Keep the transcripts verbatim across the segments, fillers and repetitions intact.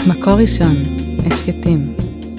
מקור ראשון, הסקטים.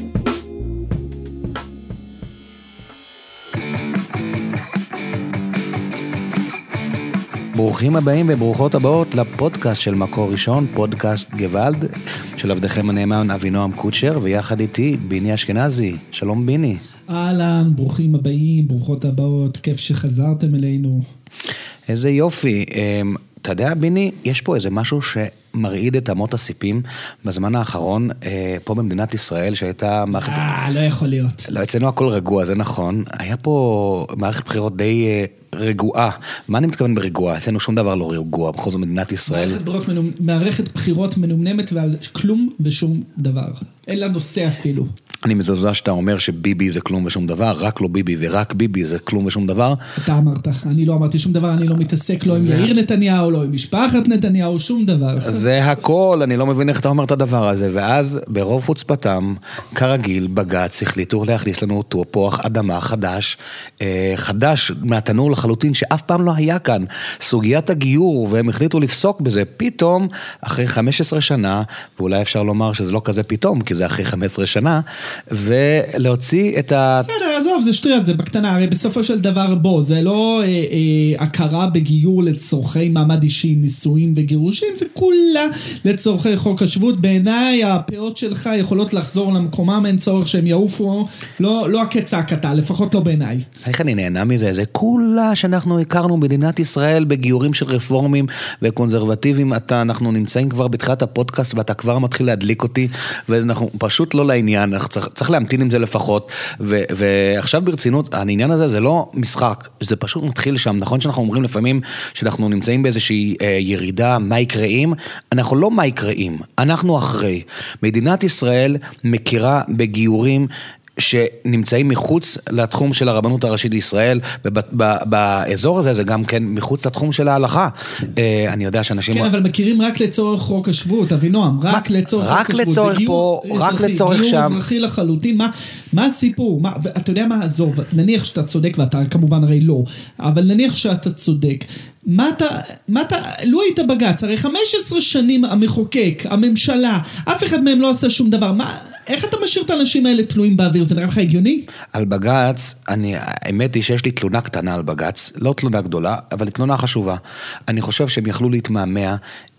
ברוכים הבאים וברוכות הבאות לפודקאסט של מקור ראשון, פודקאסט גוואלד, של עבדכם הנאמן אבינועם קוצ'ר, ויחד איתי ביני אשכנזי. שלום ביני. אהלן, ברוכים הבאים, ברוכות הבאות, כיף שחזרתם אלינו. איזה יופי. אתה יודע ביני, יש פה איזה משהו שמרעיד את אמות הסיפים בזמן האחרון, פה במדינת ישראל, שהייתה מערכת... אה, לא יכול להיות. לא, אצלנו הכל רגוע, זה נכון. היה פה מערכת בחירות די רגועה. מה אני מתכוון ברגועה? אצלנו שום דבר לא רגוע, בכל זאת מדינת ישראל. מערכת בחירות, מנומ... מערכת בחירות מנומנמת ועל כלום ושום דבר. אין לה נושא אפילו. אני מזלזל שאתה אומר שביבי זה כלום ושום דבר, רק לא ביבי ורק ביבי זה כלום ושום דבר. אתה אמרת, אני לא אמרתי שום דבר, אני לא מתעסק לא עם יאיר נתניהו, לא עם משפחת נתניהו, שום דבר. זה הכל, אני לא מבין איך אתה אומר את הדבר הזה, ואז ברוב חוצפתם, כרגיל, בג"ץ החליטו להכניס לנו תפוח אדמה חדש, חדש מהתנור לחלוטין, שאף פעם לא היה כאן, סוגיית הגיור, והם החליטו לפסוק בזה, פתאום, אחרי חמש עשרה שנה, ואולי אפשר לומר שזה לא כזה פתאום, כי זה אחרי חמש עשרה שנה, ולהוציא את ה... בסדר, עזוב, זה שטויות, זה בקטנה, הרי בסופו של דבר בו, זה לא אה, אה, הכרה בגיור לצורכי מעמד אישי, נישואים וגירושים, זה כולה לצורכי חוק השבות, בעיניי הפאות שלך יכולות לחזור למקומם, אין צורך שהם יעופו, לא, לא הקצה הקטה, לפחות לא בעיניי. איך אני נהנה מזה? זה כולה שאנחנו הכרנו במדינת ישראל בגיורים של רפורמים וקונסרבטיביים, אתה, אנחנו נמצאים כבר בתחילת הפודקאסט ואתה כבר מתחיל להדליק אותי, ואנחנו פשוט לא לעניין, אנחנו צריך, צריך להמתין עם זה לפחות, ו, ועכשיו ברצינות, העניין הזה זה לא משחק, זה פשוט מתחיל שם, נכון שאנחנו אומרים לפעמים שאנחנו נמצאים באיזושהי אה, ירידה, מה יקראים, אנחנו לא מה יקראים, אנחנו אחרי. מדינת ישראל מכירה בגיורים, שנמצאים מחוץ לתחום של הרבנות הראשית לישראל, ובאזור הזה זה גם כן מחוץ לתחום של ההלכה. אני יודע שאנשים... כן, אבל מכירים רק לצורך חוק השבות, אבינועם, רק לצורך חוק השבות. רק לצורך פה, רק לצורך שם. גיור אזרחי לחלוטין, מה הסיפור? אתה יודע מה, עזוב, נניח שאתה צודק, ואתה כמובן הרי לא, אבל נניח שאתה צודק, מה אתה, מה אתה, לא היית בג"ץ, הרי חמש עשרה שנים המחוקק, הממשלה, אף אחד מהם לא עשה שום דבר, מה... איך אתה משאיר את האנשים האלה תלויים באוויר? זה נראה לך הגיוני? על בג"ץ, אני, האמת היא שיש לי תלונה קטנה על בג"ץ, לא תלונה גדולה, אבל תלונה חשובה. אני חושב שהם יכלו להתמהמה,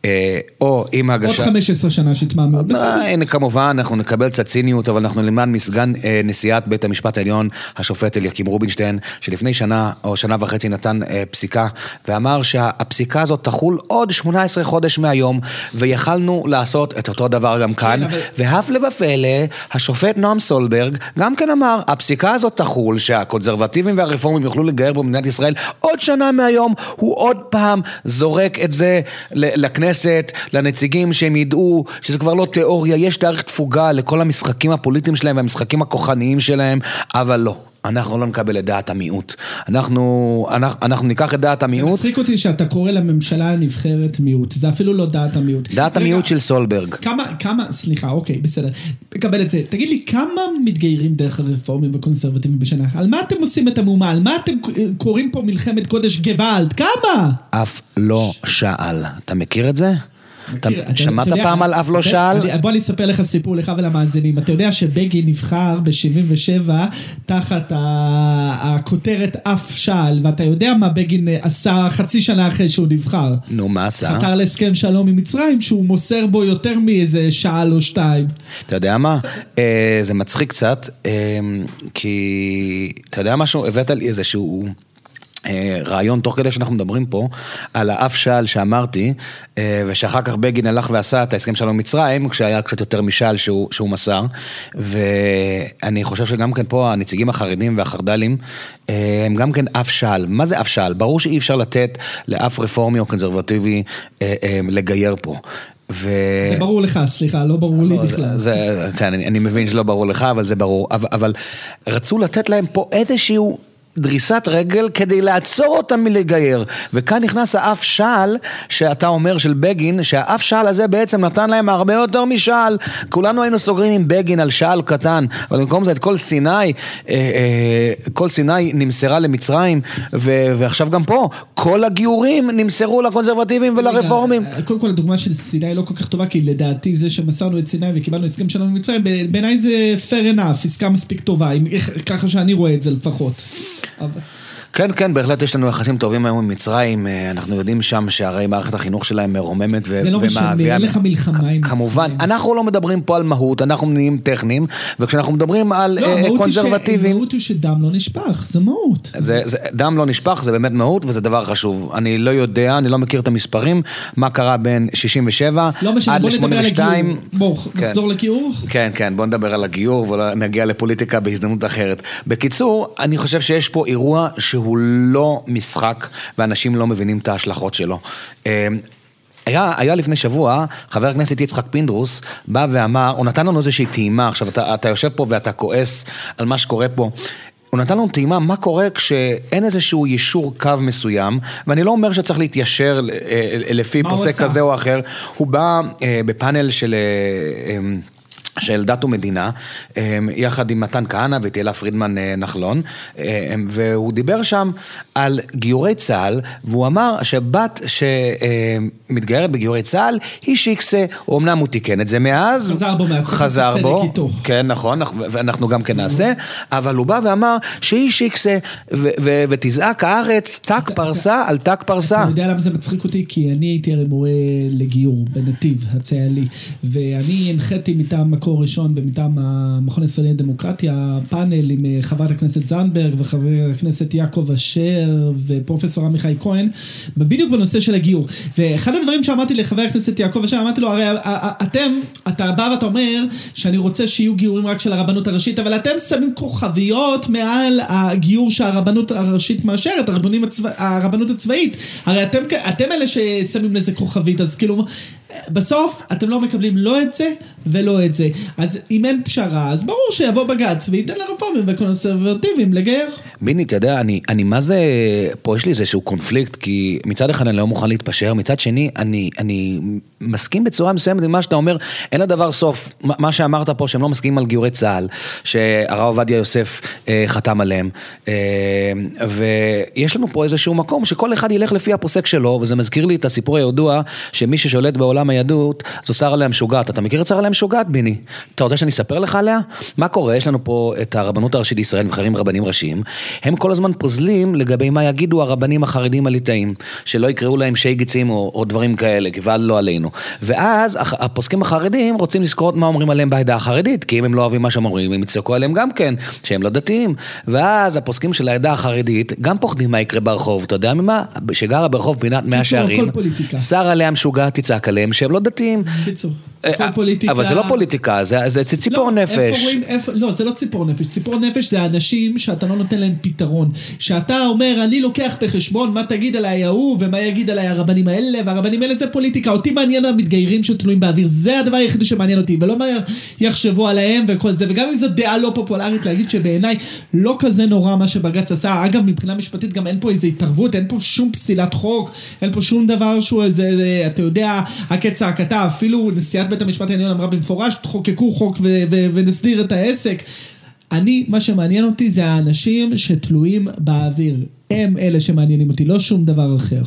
או עם הגשה... עוד חמש עשרה שנה שהתמהמה. הנה, כמובן, אנחנו נקבל קצת ציניות, אבל אנחנו למען מסגן נשיאת בית המשפט העליון, השופט אליקים רובינשטיין, שלפני שנה או שנה וחצי נתן פסיקה, ואמר שהפסיקה הזאת תחול עוד שמונה עשרה חודש מהיום, ויכלנו לעשות את אותו דבר גם כאן, והפלא ופלא, השופט נועם סולברג גם כן אמר, הפסיקה הזאת תחול שהקונסרבטיבים והרפורמים יוכלו לגייר במדינת ישראל עוד שנה מהיום, הוא עוד פעם זורק את זה לכנסת, לנציגים שהם ידעו שזה כבר לא תיאוריה, יש תאריך תפוגה לכל המשחקים הפוליטיים שלהם והמשחקים הכוחניים שלהם, אבל לא. אנחנו לא נקבל את דעת המיעוט. אנחנו, אנחנו, אנחנו ניקח את דעת המיעוט. זה מצחיק אותי שאתה קורא לממשלה הנבחרת מיעוט. זה אפילו לא דעת המיעוט. דעת רגע, המיעוט של סולברג. כמה, כמה, סליחה, אוקיי, בסדר. מקבל את זה. תגיד לי, כמה מתגיירים דרך הרפורמים וקונסרבטיבים בשנה? על מה אתם עושים את המומה? על מה אתם קוראים פה מלחמת קודש גוואלד? כמה? אף לא שאל. אתה מכיר את זה? אתה שמעת פעם על אף לא שאל? בוא אני אספר לך סיפור לך ולמאזינים. אתה יודע שבגין נבחר ב-שבעים ושבע תחת הכותרת אף שאל, ואתה יודע מה בגין עשה חצי שנה אחרי שהוא נבחר? נו, מה עשה? חתר להסכם שלום עם מצרים, שהוא מוסר בו יותר מאיזה שאל או שתיים. אתה יודע מה? זה מצחיק קצת, כי אתה יודע משהו? הבאת לי איזשהו... רעיון תוך כדי שאנחנו מדברים פה על האף שאל שאמרתי, ושאחר כך בגין הלך ועשה את ההסכם שלום מצרים, כשהיה קצת יותר משאל שהוא, שהוא מסר, ואני חושב שגם כן פה הנציגים החרדים והחרדלים, הם גם כן אף שאל. מה זה אף שאל? ברור שאי אפשר לתת לאף רפורמי או קונסרבטיבי לגייר פה. ו... זה ברור לך, סליחה, לא ברור לי בכלל. זה, כן, אני, אני מבין שלא ברור לך, אבל זה ברור. אבל, אבל רצו לתת להם פה איזשהו דריסת רגל כדי לעצור אותם מלגייר. וכאן נכנס האף שעל, שאתה אומר של בגין, שהאף שעל הזה בעצם נתן להם הרבה יותר משעל. כולנו היינו סוגרים עם בגין על שעל קטן, אבל במקום זה את כל סיני, כל סיני נמסרה למצרים, ועכשיו גם פה, כל הגיורים נמסרו לקונסרבטיבים ולרפורמים. קודם כל, הדוגמה של סיני לא כל כך טובה, כי לדעתי זה שמסרנו את סיני וקיבלנו הסכם שלנו ממצרים, בעיניי זה fair enough, עסקה מספיק טובה, ככה שאני רואה את זה לפחות. כן, כן, בהחלט יש לנו יחסים טובים היום עם מצרים, אנחנו יודעים שם שהרי מערכת החינוך שלהם מרוממת ומהווה... זה לא משנה, אין לך מלחמה עם מצרים. כמובן, אנחנו לא מדברים פה על מהות, אנחנו נהיים טכניים, וכשאנחנו מדברים על קונסרבטיבים... המהות הוא שדם לא נשפך, זה מהות. דם לא נשפך, זה באמת מהות, וזה דבר חשוב. אני לא יודע, אני לא מכיר את המספרים, מה קרה בין שישים ושבע עד ל-שמונים ושתיים. בואו, נחזור לגיור? כן, כן, בואו נדבר על הגיור, ונגיע לפוליטיקה בהזדמנות אחרת. בקיצור, אני חושב שיש פה אירוע שהוא לא משחק, ואנשים לא מבינים את ההשלכות שלו. היה, היה לפני שבוע, חבר הכנסת יצחק פינדרוס, בא ואמר, הוא נתן לנו איזושהי טעימה, עכשיו אתה, אתה יושב פה ואתה כועס על מה שקורה פה, הוא נתן לנו טעימה, מה קורה כשאין איזשהו ישור קו מסוים, ואני לא אומר שצריך להתיישר לפי פוסק כזה או אחר, הוא בא בפאנל של... של דת ומדינה, יחד עם מתן כהנא ותהילה פרידמן נחלון, והוא דיבר שם על גיורי צה"ל, והוא אמר שבת שמתגיירת בגיורי צה"ל, היא שיקסה, אמנם הוא תיקן את זה מאז, חזר בו, חזר בו, כן נכון, ואנחנו גם כן נעשה, אבל הוא בא ואמר שהיא שיקסה, ותזעק הארץ, תק פרסה על תק פרסה. אתה יודע למה זה מצחיק אותי? כי אני הייתי הרי מורה לגיור, בנתיב הצה"לי, ואני הנחיתי מטעם מקום ראשון במטעם המכון הישראלי לדמוקרטיה, פאנל עם חברת הכנסת זנדברג וחבר הכנסת יעקב אשר ופרופסור עמיחי כהן, בדיוק בנושא של הגיור. ואחד הדברים שאמרתי לחבר הכנסת יעקב אשר, אמרתי לו, הרי אתם, אתה בא ואתה אומר שאני רוצה שיהיו גיורים רק של הרבנות הראשית, אבל אתם שמים כוכביות מעל הגיור שהרבנות הראשית מאשרת, הרבנות הצבאית. הרי אתם, אתם אלה ששמים לזה כוכבית, אז כאילו, בסוף אתם לא מקבלים לא את זה ולא את זה. אז אם אין פשרה, אז ברור שיבוא בג"ץ וייתן לרפורמים וקונסרבטיביים לגייר. ביני, אתה יודע, אני, אני מה זה, פה יש לי איזשהו קונפליקט, כי מצד אחד אני לא מוכן להתפשר, מצד שני, אני, אני מסכים בצורה מסוימת עם מה שאתה אומר, אין לדבר סוף, מה שאמרת פה, שהם לא מסכימים על גיורי צה"ל, שהרב עובדיה יוסף אה, חתם עליהם, אה, ויש לנו פה איזשהו מקום, שכל אחד ילך לפי הפוסק שלו, וזה מזכיר לי את הסיפור הידוע, שמי ששולט בעולם היהדות, זו שר עליה משוגעת. אתה מכיר את שר עליה משוגעת, ביני? אתה רוצה שאני אספר לך עליה? מה קורה? יש לנו פה את הרבנות הראשית לישראל, נבחרים רבנים ראשיים, הם כל הזמן פוזלים לגבי מה יגידו הרבנים החרדים הליטאים, שלא יקראו להם שייגצים או, או דברים כאלה, כבעל לא עלינו. ואז הפוסקים החרדים רוצים לזכור מה אומרים עליהם בעדה החרדית, כי אם הם לא אוהבים מה שהם אומרים, הם יצעקו עליהם גם כן, שהם לא דתיים. ואז הפוסקים של העדה החרדית גם פוחדים מה יקרה ברחוב. אתה יודע ממה? שגרה ברחוב פינת מאה שערים, שר עליה משוגעת תצעק עליהם שהם לא דתיים. קיצור, כל פוליטיקה. אבל זה לא פוליטיקה, זה, זה ציפור לא, נפש. איפה רואים, איפה, לא, זה לא ציפור נפש. ציפור נפש זה האנשים שאתה לא נותן להם פתרון. שאתה אומר, אני לוקח בחשבון מה תגיד עליי ההוא, ומה יגיד עליי הרבנים האלה, והרבנים האלה זה פוליטיקה. אותי מעניין המתגיירים שתלויים באוויר. זה הדבר היחידי שמעניין אותי, ולא מה יחשבו עליהם וכל זה. וגם אם זו דעה לא פופולרית, להגיד שבעיניי לא כזה נורא מה שבג"ץ עשה. אגב, מבחינה משפטית גם אין פה איזו התערבות, אין פה שום פסילת חוק, אין פה שום דבר שהוא איזה, אתה יודע, הקץ ההקטה, אפילו נשיאת בית המשפט העליון אמרה במפורש, תחוקקו חוק ו- ו- ונסדיר את העסק. אני, מה שמעניין אותי זה האנשים שתלויים באוויר. הם אלה שמעניינים אותי, לא שום דבר אחר.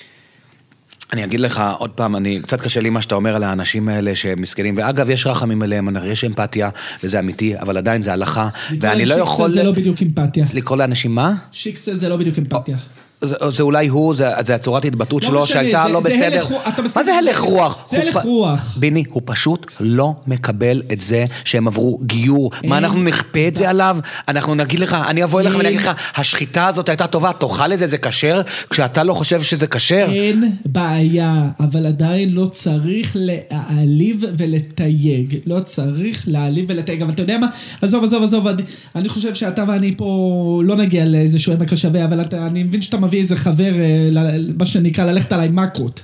אני אגיד לך עוד פעם, אני קצת קשה לי מה שאתה אומר על האנשים האלה שמסכנים, ואגב יש רחמים אליהם, יש אמפתיה, וזה אמיתי, אבל עדיין זה הלכה, ואני לא יכול... שיקסה זה לא בדיוק אמפתיה. לקרוא לאנשים מה? שיקסה זה לא בדיוק אמפתיה. זה, זה אולי הוא, זה, זה הצורת התבטאות לא שלו, משנה, שהייתה זה, לא זה בסדר. הלך, מה זה הלך רוח? זה הלך רוח. ביני, הוא פשוט לא מקבל את זה שהם עברו גיור. מה אנחנו נכפה את זה עליו? אנחנו נגיד לך, אני אבוא אליך ואני אגיד לך, השחיטה הזאת הייתה טובה, תאכל את זה, זה כשר, כשאתה לא חושב שזה כשר. אין בעיה, אבל עדיין לא צריך להעליב ולתייג. לא צריך להעליב ולתייג. אבל אתה יודע מה? עזוב, עזוב, עזוב. אני חושב שאתה ואני פה לא נגיע לאיזשהו עמק השווה, אבל אני מבין שאתה מביא איזה חבר, מה שנקרא, ללכת עליי מקרות.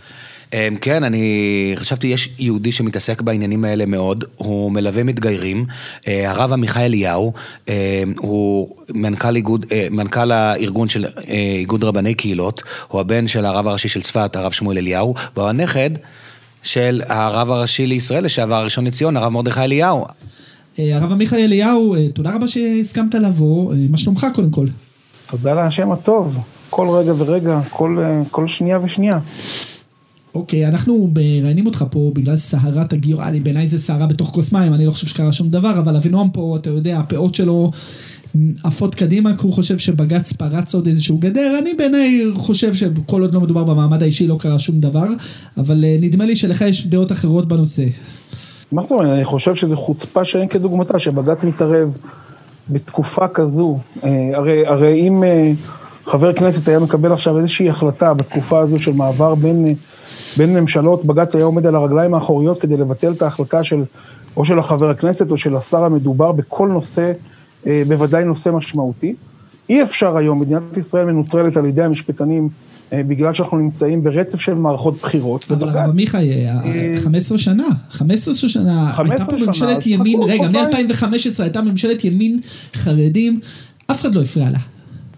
כן, אני חשבתי, יש יהודי שמתעסק בעניינים האלה מאוד, הוא מלווה מתגיירים, הרב עמיחי אליהו, הוא מנכ"ל איגוד, מנכ"ל הארגון של איגוד רבני קהילות, הוא הבן של הרב הראשי של צפת, הרב שמואל אליהו, והוא הנכד של הרב הראשי לישראל, לשעבר הראשון לציון, הרב מרדכי אליהו. הרב עמיחי אליהו, תודה רבה שהסכמת לבוא, מה שלומך קודם כל? תודה להשם הטוב, כל רגע ורגע, כל, כל שנייה ושנייה. אוקיי, אנחנו ראיינים אותך פה בגלל סערת הגיור, אני בעיניי זה סערה בתוך כוס מים, אני לא חושב שקרה שום דבר, אבל אבינועם פה, אתה יודע, הפאות שלו עפות קדימה, כי הוא חושב שבג"ץ פרץ עוד איזשהו גדר, אני בעיניי חושב שכל עוד לא מדובר במעמד האישי לא קרה שום דבר, אבל נדמה לי שלך יש דעות אחרות בנושא. מה זאת אומרת? אני חושב שזה חוצפה שאין כדוגמתה, שבג"ץ מתערב בתקופה כזו, הרי, הרי אם חבר כנסת היה מקבל עכשיו איזושהי החלטה בתקופה הזו של מעבר בין, בין ממשלות, בג"ץ היה עומד על הרגליים האחוריות כדי לבטל את ההחלטה של, או של החבר הכנסת או של השר המדובר בכל נושא, בוודאי נושא משמעותי. אי אפשר היום, מדינת ישראל מנוטרלת על ידי המשפטנים, בגלל שאנחנו נמצאים ברצף של מערכות בחירות. אבל הרב עמיחי, חמש עשרה שנה, חמש עשרה שנה, הייתה פה ממשלת ימין, רגע, מ-אלפיים וחמש עשרה הייתה ממשלת ימין חרדים, אף אחד לא הפריע לה.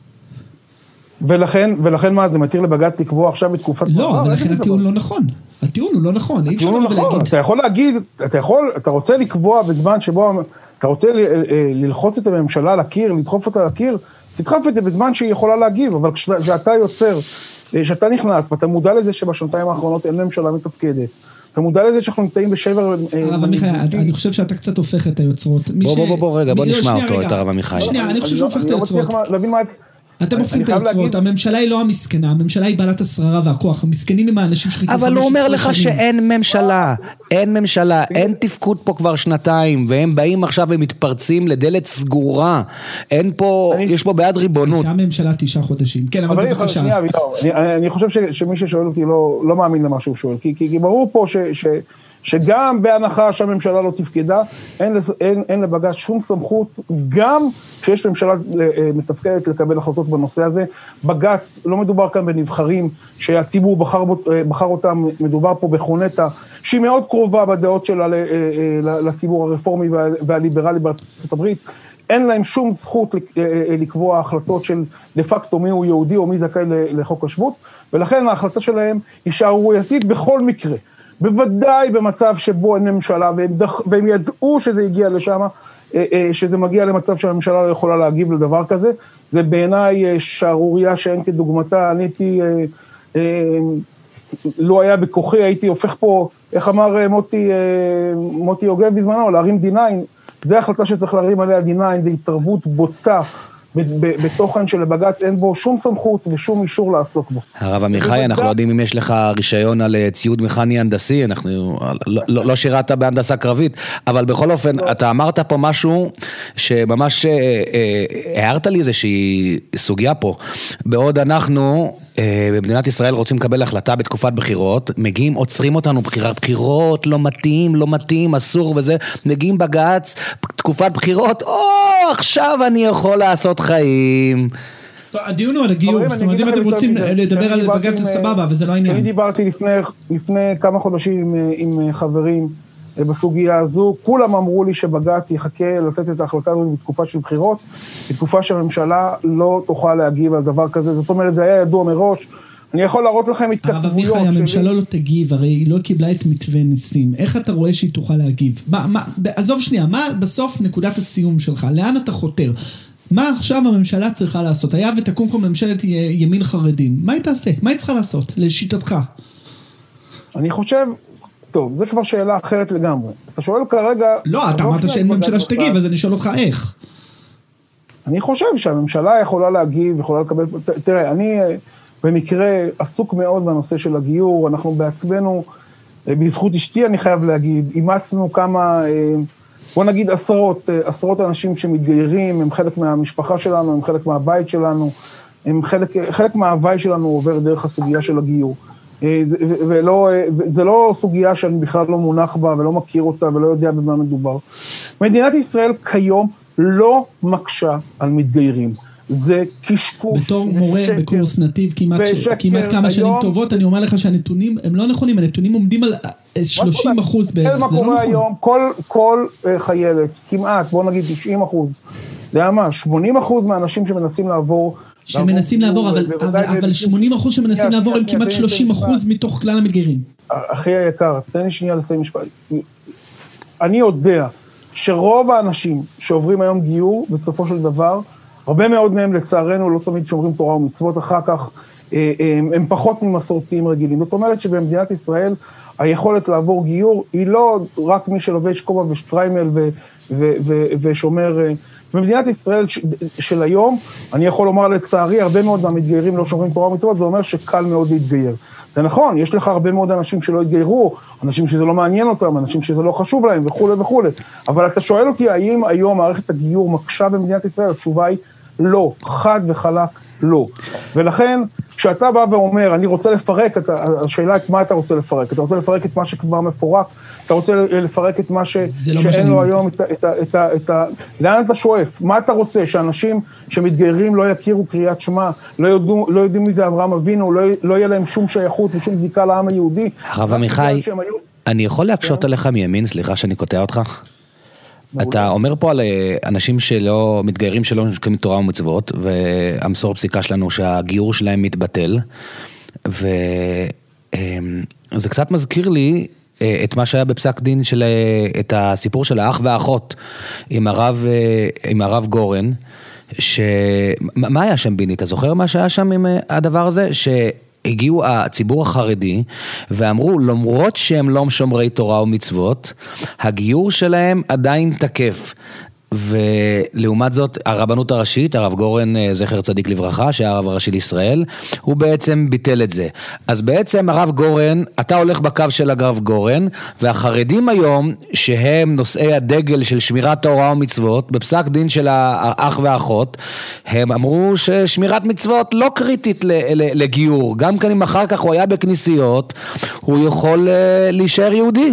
ולכן, ולכן מה, זה מתיר לבג"ץ לקבוע עכשיו בתקופת מעבר? לא, ולכן הטיעון לא נכון. הטיעון הוא לא נכון, אי אפשר להגיד. אתה יכול להגיד, אתה יכול, אתה רוצה לקבוע בזמן שבו, אתה רוצה ללחוץ את הממשלה לקיר, לדחוף אותה לקיר, תדחף את זה בזמן שהיא יכולה להגיב, אבל כשאתה יוצר, שאתה נכנס, ואתה מודע לזה שבשנתיים האחרונות אין ממשלה מתפקדת, אתה מודע לזה שאנחנו נמצאים בשבר... הרב עמיחי, אני חושב שאתה קצת הופך את היוצרות. בוא, בוא, בוא, רגע, בוא נשמע אותו, את הרב עמיחי. שנייה, אני חושב שהוא הופך את היוצרות. להבין מה... אתם הופכים את היוצרות, הממשלה היא לא המסכנה, הממשלה היא בעלת השררה והכוח, המסכנים עם האנשים שחיכו חמש עשרה שנים. אבל הוא אומר לך שאין ממשלה, אין ממשלה, אין תפקוד פה כבר שנתיים, והם באים עכשיו ומתפרצים לדלת סגורה, אין פה, יש פה בעד ריבונות. הייתה ממשלה תשעה חודשים, כן, אבל בבקשה. אני חושב שמי ששואל אותי לא מאמין למה שהוא שואל, כי ברור פה ש... שגם בהנחה שהממשלה לא תפקדה, אין, אין, אין לבג"ץ שום סמכות, גם כשיש ממשלה מתפקדת לקבל החלטות בנושא הזה. בג"ץ, לא מדובר כאן בנבחרים שהציבור בחר, בחר אותם, מדובר פה בחונטה, שהיא מאוד קרובה בדעות שלה לציבור הרפורמי והליברלי בארצות הברית. אין להם שום זכות לקבוע החלטות של דה פקטו מי הוא יהודי או מי זכאי לחוק השבות, ולכן ההחלטה שלהם היא שערורייתית בכל מקרה. בוודאי במצב שבו אין ממשלה, והם, דח, והם ידעו שזה הגיע לשם, שזה מגיע למצב שהממשלה לא יכולה להגיב לדבר כזה. זה בעיניי שערוריה שאין כדוגמתה. אני הייתי, לא היה בכוחי, הייתי הופך פה, איך אמר מוטי, מוטי יוגב בזמנו, להרים דיניין. זה החלטה שצריך להרים עליה דיניין, זה התערבות בוטה, בתוכן של הבג"ץ אין בו שום סמכות ושום אישור לעסוק בו. הרב עמיחי, אנחנו לא יודעים אם יש לך רישיון על ציוד מכני הנדסי, אנחנו לא שירת בהנדסה קרבית, אבל בכל אופן, אתה אמרת פה משהו שממש הערת לי איזושהי סוגיה פה. בעוד אנחנו במדינת ישראל רוצים לקבל החלטה בתקופת בחירות, מגיעים, עוצרים אותנו בחירות, בחירות, לא מתאים, לא מתאים, אסור וזה, מגיעים בג"ץ, תקופת בחירות, או, עכשיו אני יכול לעשות חיים. הדיון הוא על הגיור, זאת אומרת, אם אתם רוצים לדבר על בג"ץ זה סבבה, וזה לא העניין. אני דיברתי לפני כמה חודשים עם חברים בסוגיה הזו, כולם אמרו לי שבג"ץ יחכה לתת את ההחלטה הזו בתקופה של בחירות, בתקופה שהממשלה לא תוכל להגיב על דבר כזה, זאת אומרת, זה היה ידוע מראש. אני יכול להראות לכם התכתבויות. הרב עמיחי, הממשלה לא תגיב, הרי היא לא קיבלה את מתווה ניסים. איך אתה רואה שהיא תוכל להגיב? מה, מה, עזוב שנייה, מה בסוף נקודת הסיום שלך? לאן אתה חותר? מה עכשיו הממשלה צריכה לעשות? היה ותקום כמו ממשלת ימין חרדים. מה היא תעשה? מה היא צריכה לעשות? לשיטתך. אני חושב, טוב, זה כבר שאלה אחרת לגמרי. אתה שואל כרגע... לא, אתה אמרת שאין ממשלה שתגיב, אז אני שואל אותך איך. אני חושב שהממשלה יכולה להגיב, יכולה לקבל... תראה, אני במקרה עסוק מאוד בנושא של הגיור, אנחנו בעצמנו, בזכות אשתי אני חייב להגיד, אימצנו כמה, בוא נגיד עשרות, עשרות אנשים שמתגיירים, הם חלק מהמשפחה שלנו, הם חלק מהבית שלנו, הם חלק, חלק מההווי שלנו עובר דרך הסוגיה של הגיור. זה, ולא, זה לא סוגיה שאני בכלל לא מונח בה ולא מכיר אותה ולא יודע במה מדובר. מדינת ישראל כיום לא מקשה על מתגיירים. זה קשקוש. בתור מורה בקורס נתיב כמעט, ושקר, כמעט כמה היום, שנים טובות, אני אומר לך שהנתונים הם לא נכונים, הנתונים עומדים על שלושים אחוז בערך, זה לא נכון. היום, כל, כל חיילת, כמעט, בוא נגיד תשעים אחוז, אתה יודע מה, שמונים אחוז מהאנשים שמנסים לעבור, שמנסים לעבור, אבל, אבל, אבל שמונים אחוז שמנסים לעבור הם כמעט שלושים אחוז מתוך כלל המתגיירים. אחי היקר, תן לי שנייה לסיים משפט. אני יודע שרוב האנשים שעוברים היום גיור, בסופו של דבר, הרבה מאוד מהם לצערנו לא תמיד שומרים תורה ומצוות, אחר כך הם, הם פחות ממסורתיים רגילים. זאת אומרת שבמדינת ישראל היכולת לעבור גיור היא לא רק מי שלובש כובע ושטריימל ו, ו, ו, ושומר. במדינת ישראל של היום, אני יכול לומר לצערי, הרבה מאוד מהמתגיירים לא שומרים תורה ומצוות, זה אומר שקל מאוד להתגייר. זה נכון, יש לך הרבה מאוד אנשים שלא התגיירו, אנשים שזה לא מעניין אותם, אנשים שזה לא חשוב להם וכו' וכו'. אבל אתה שואל אותי, האם היום מערכת הגיור מקשה במדינת ישראל? התשובה היא לא, חד וחלק לא. ולכן, כשאתה בא ואומר, אני רוצה לפרק, השאלה היא מה אתה רוצה לפרק? אתה רוצה לפרק את מה שכבר מפורק? אתה רוצה לפרק את מה ש... שאין לו היום את ה... את ה... את ה... את ה... לאן אתה שואף? מה אתה רוצה? שאנשים שמתגיירים לא יכירו קריאת שמע, לא יודעו, לא יודעים מי זה אברהם אבינו, לא, לא יהיה להם שום שייכות ושום זיקה לעם היהודי. הרב עמיחי, אני יכול להקשות עליך מימין, סליחה שאני קוטע אותך? אתה אומר פה על אנשים שלא, מתגיירים שלא משקעים תורה ומצוות, והמסור פסיקה שלנו שהגיור שלהם מתבטל, וזה קצת מזכיר לי את מה שהיה בפסק דין של, את הסיפור של האח והאחות, עם הרב, עם הרב גורן, שמה היה שם ביני? אתה זוכר מה שהיה שם עם הדבר הזה? ש... הגיעו הציבור החרדי ואמרו, למרות שהם לא שומרי תורה ומצוות, הגיור שלהם עדיין תקף. ולעומת זאת, הרבנות הראשית, הרב גורן, זכר צדיק לברכה, שהיה הרב הראשי לישראל, הוא בעצם ביטל את זה. אז בעצם הרב גורן, אתה הולך בקו של הרב גורן, והחרדים היום, שהם נושאי הדגל של שמירת תורה ומצוות, בפסק דין של האח והאחות, הם אמרו ששמירת מצוות לא קריטית לגיור. גם כאן אם אחר כך הוא היה בכנסיות, הוא יכול להישאר יהודי.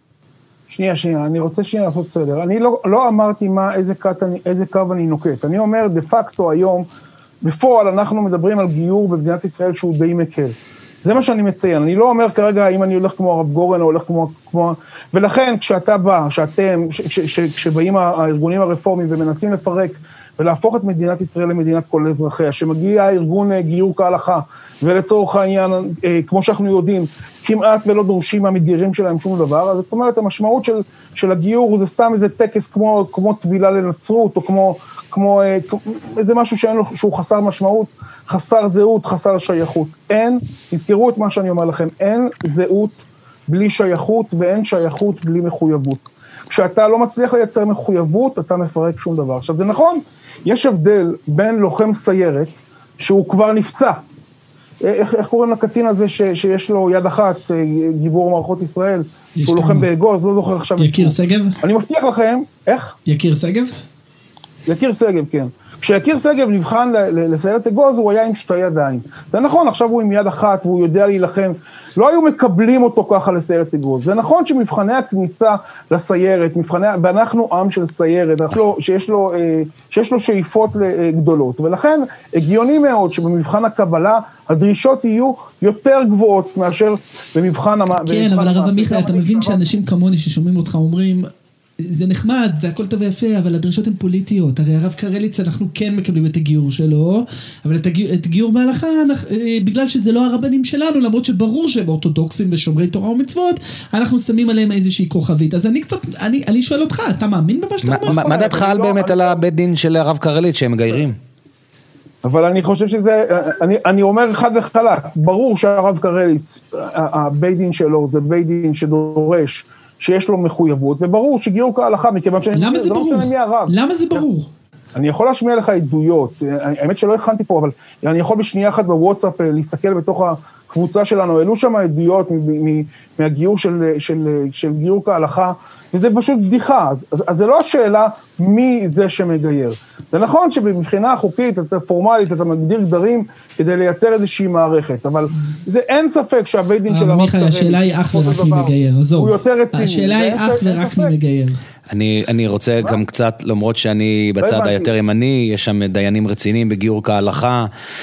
שנייה, שנייה, אני רוצה שנייה לעשות סדר. אני לא, לא אמרתי מה, איזה קו אני, איזה קו אני נוקט. אני אומר, דה פקטו היום, בפועל אנחנו מדברים על גיור במדינת ישראל שהוא די מקל. זה מה שאני מציין. אני לא אומר כרגע אם אני הולך כמו הרב גורן או הולך כמו... כמו... ולכן כשאתה בא, שאתם, ש, ש, ש, כשבאים הארגונים הרפורמיים ומנסים לפרק ולהפוך את מדינת ישראל למדינת כל אזרחיה, שמגיע הארגון גיור כהלכה, ולצורך העניין, כמו שאנחנו יודעים, כמעט ולא דורשים מהמתגיירים שלהם שום דבר, אז זאת אומרת, המשמעות של, של הגיור זה סתם איזה טקס כמו, כמו תבילה לנצרות, או כמו, כמו, איזה משהו שאין לו, שהוא חסר משמעות, חסר זהות, חסר שייכות. אין, תזכרו את מה שאני אומר לכם, אין זהות בלי שייכות, ואין שייכות בלי מחויבות. כשאתה לא מצליח לייצר מחויבות, אתה מפרק שום דבר. עכשיו, זה נכון, יש הבדל בין לוחם סיירת, שהוא כבר נפצע. איך, איך קוראים לקצין הזה ש, שיש לו יד אחת, גיבור מערכות ישראל, שהוא לוחם באגוז, לא זוכר עכשיו. יקיר סגב? אני מבטיח לכם, איך? יקיר סגב? יקיר סגב, כן. כשיקיר סגב נבחן לסיירת אגוז, הוא היה עם שתי ידיים. זה נכון, עכשיו הוא עם יד אחת, והוא יודע להילחם. לא היו מקבלים אותו ככה לסיירת אגוז. זה נכון שמבחני הכניסה לסיירת, מבחני, ואנחנו עם של סיירת, שיש לו, שיש לו שאיפות גדולות. ולכן, הגיוני מאוד שבמבחן הקבלה, הדרישות יהיו יותר גבוהות מאשר במבחן... כן, אבל הרב עמיחי, אתה מבין שאנשים כמוני ששומעים אותך אומרים... זה נחמד, זה הכל טוב ויפה, אבל הדרישות הן פוליטיות. הרי הרב קרליץ, אנחנו כן מקבלים את הגיור שלו, אבל את הגיור, את גיור בהלכה, בגלל שזה לא הרבנים שלנו, למרות שברור שהם אורתודוקסים ושומרי תורה ומצוות, אנחנו שמים עליהם איזושהי כוכבית. אז אני קצת, אני, אני שואל אותך, אתה מאמין במה שאתה אומר? מה דעתך על באמת על הבית דין של הרב קרליץ שהם מגיירים? אבל אני חושב שזה, אני, אני אומר חד וחלק, ברור שהרב קרליץ, הבית דין שלו, זה בית דין שדורש, שיש לו מחויבות, וברור שגיור כהלכה, מכיוון שאני... למה זה ברור? למה זה ברור? אני יכול להשמיע לך עדויות, האמת שלא הכנתי פה, אבל אני יכול בשנייה אחת בוואטסאפ להסתכל בתוך הקבוצה שלנו, העלו שם עדויות מהגיור של, של, של גיור כהלכה, וזה פשוט בדיחה, אז, אז זה לא השאלה מי זה שמגייר. זה נכון שבבחינה חוקית, אתה פורמלית, אתה מגדיר גדרים כדי לייצר איזושהי מערכת, אבל זה אין ספק שהבית דין של הרב מיכאל, השאלה היא אך ורק מי מגייר, עזוב. הוא יותר רציני. השאלה היא אך ורק מי מגייר. אני, אני רוצה גם קצת, למרות שאני בצד היותר ימני, יש שם דיינים רציניים בגיור כהלכה,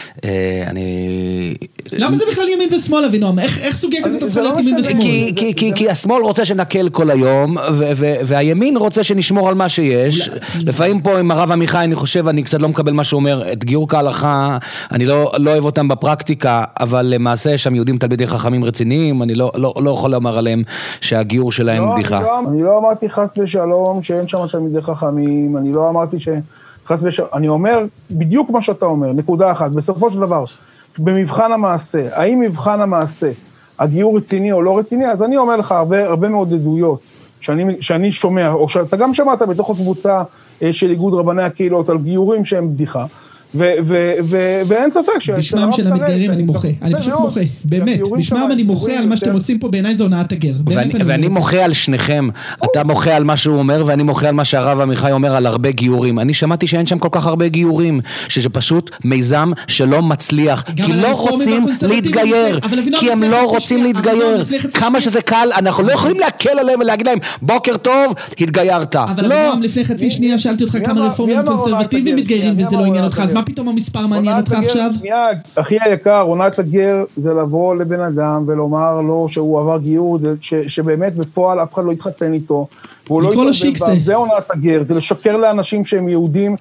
אני... למה זה בכלל ימין ושמאל, אבינועם? איך, איך סוגיה כזאת הופכה להיות ימין ושמאל? כי, כי, כי, כי השמאל רוצה שנקל כל היום, ו- ו- והימין רוצה שנשמור על מה שיש. לפעמים פה עם הרב עמיחי, אני חושב, אני קצת לא מקבל מה שהוא אומר, את גיור כהלכה, אני לא, לא אוהב אותם בפרקטיקה, אבל למעשה יש שם יהודים תלמידי חכמים רציניים, אני לא, לא, לא יכול לומר עליהם שהגיור שלהם לא, בדיחה. אני לא, אני לא אמרתי חס ושלום שאין שם תלמידי חכמים, אני לא אמרתי שחס ושלום, אני אומר בדיוק מה שאתה אומר, נקודה אחת, בסופו של דבר, במבחן המעשה, האם מבחן המעשה, הגיור רציני או לא רציני, אז אני אומר לך הרבה, הרבה מאוד עדויות שאני, שאני שומע, או שאתה גם שמעת בתוך הקבוצה של איגוד רבני הקהילות על גיורים שהם בדיחה, ו- ו- ו- ואין ספק ש... בשמם של המתגיירים אני מוחה, אני פשוט מוחה, באמת, בשמם אני מוחה על מה שאתם עושים פה, בעיניי זו הונאת הגר. ואני מוחה על שניכם, אתה מוחה על מה שהוא אומר, ואני מוחה על מה שהרב עמיחי אומר על הרבה גיורים. אני שמעתי שאין שם כל כך הרבה גיורים, שזה פשוט מיזם שלא מצליח, כי לא רוצים להתגייר, כי הם לא רוצים להתגייר. כמה שזה קל, אנחנו לא יכולים להקל עליהם ולהגיד להם, בוקר טוב, התגיירת. אבל אבינועם, לפני חצי שנייה שאלתי אותך כמה רפורמים קונסרבטיביים מתגיירים וזה לא עניין אותך, אז מה פתאום המספר מעניין אותך עכשיו? אחי היקר, עונת הגר זה לבוא לבן אדם ולומר לו שהוא עבר גיור, שבאמת בפועל אף אחד לא יתחתן איתו, לקרוא לו שיקסה. זה עונת הגר, זה לשקר לאנשים שהם יהודים,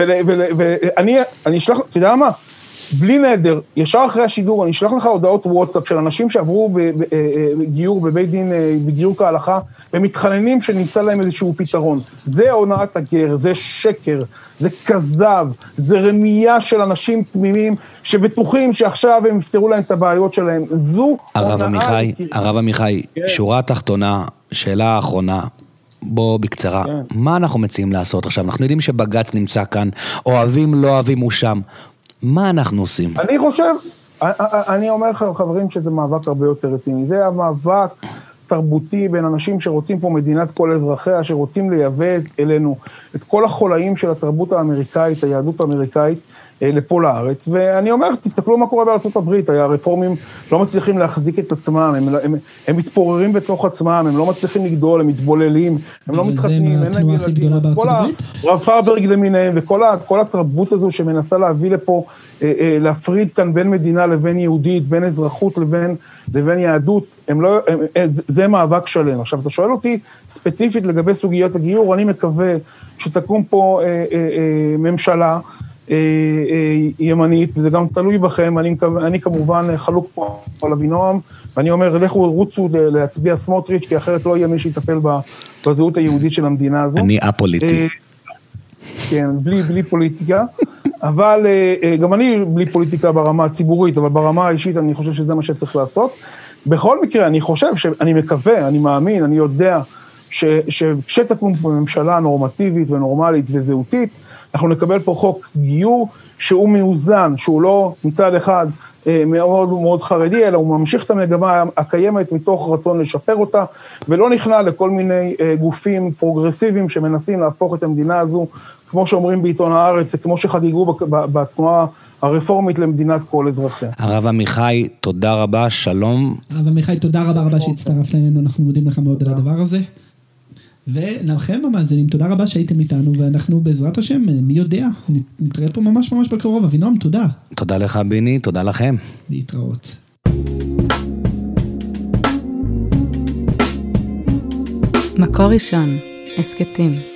ואני אשלח, אתה יודע מה? בלי נדר, ישר אחרי השידור, אני אשלח לך הודעות וואטסאפ של אנשים שעברו בגיור, בבית דין, בגיור כהלכה, ומתחננים שנמצא להם איזשהו פתרון. זה הונאת הגר, זה שקר, זה כזב, זה רמייה של אנשים תמימים, שבטוחים שעכשיו הם יפתרו להם את הבעיות שלהם. זו הרב עמיחי, הרב עמיחי, שורה תחתונה, שאלה האחרונה, בוא בקצרה, מה אנחנו מציעים לעשות עכשיו? אנחנו יודעים שבג"ץ נמצא כאן, אוהבים, לא אוהבים, הוא שם. מה אנחנו עושים? אני חושב, אני אומר לך חברים שזה מאבק הרבה יותר רציני, זה המאבק תרבותי בין אנשים שרוצים פה מדינת כל אזרחיה, שרוצים לייבא אלינו את כל החולאים של התרבות האמריקאית, היהדות האמריקאית, לפה לארץ, ואני אומר, תסתכלו מה קורה בארצות הברית, הרפורמים לא מצליחים להחזיק את עצמם, הם, הם, הם מתפוררים בתוך עצמם, הם לא מצליחים לגדול, הם מתבוללים, הם לא מתחתנים, אין להם ילדים, כל הרב פרברג למיניהם, וכל ה, כל התרבות הזו שמנסה להביא לפה, אה, אה, להפריד כאן בין מדינה לבין יהודית, בין אזרחות לבין, לבין יהדות, הם לא, הם, זה, זה מאבק שלם. עכשיו, אתה שואל אותי ספציפית לגבי סוגיות הגיור, אני מקווה שתקום פה אה, אה, אה, ממשלה, ימנית, וזה גם תלוי בכם, אני, אני כמובן חלוק פה על אבינועם, ואני אומר, לכו רוצו להצביע סמוטריץ', כי אחרת לא יהיה מי שיטפל בזהות היהודית של המדינה הזו. אני אפוליטי. כן, בלי, בלי פוליטיקה, אבל גם אני בלי פוליטיקה ברמה הציבורית, אבל ברמה האישית אני חושב שזה מה שצריך לעשות. בכל מקרה, אני חושב, אני מקווה, אני מאמין, אני יודע, שכשתקום פה ממשלה נורמטיבית ונורמלית וזהותית, אנחנו נקבל פה חוק גיור שהוא מאוזן, שהוא לא מצד אחד מאוד מאוד חרדי, אלא הוא ממשיך את המגמה הקיימת מתוך רצון לשפר אותה, ולא נכנע לכל מיני גופים פרוגרסיביים שמנסים להפוך את המדינה הזו, כמו שאומרים בעיתון הארץ, כמו שחגיגו בתנועה הרפורמית למדינת כל אזרחיה. הרב עמיחי, תודה רבה, שלום. הרב עמיחי, תודה רבה רבה שהצטרפת אלינו, אנחנו מודים לך מאוד על הדבר הזה. ולכם המאזינים, תודה רבה שהייתם איתנו, ואנחנו בעזרת השם, מי יודע, נתראה פה ממש ממש בקרוב. אבינועם, תודה. תודה לך ביני, תודה לכם. להתראות. מקור ראשון, הסקטים.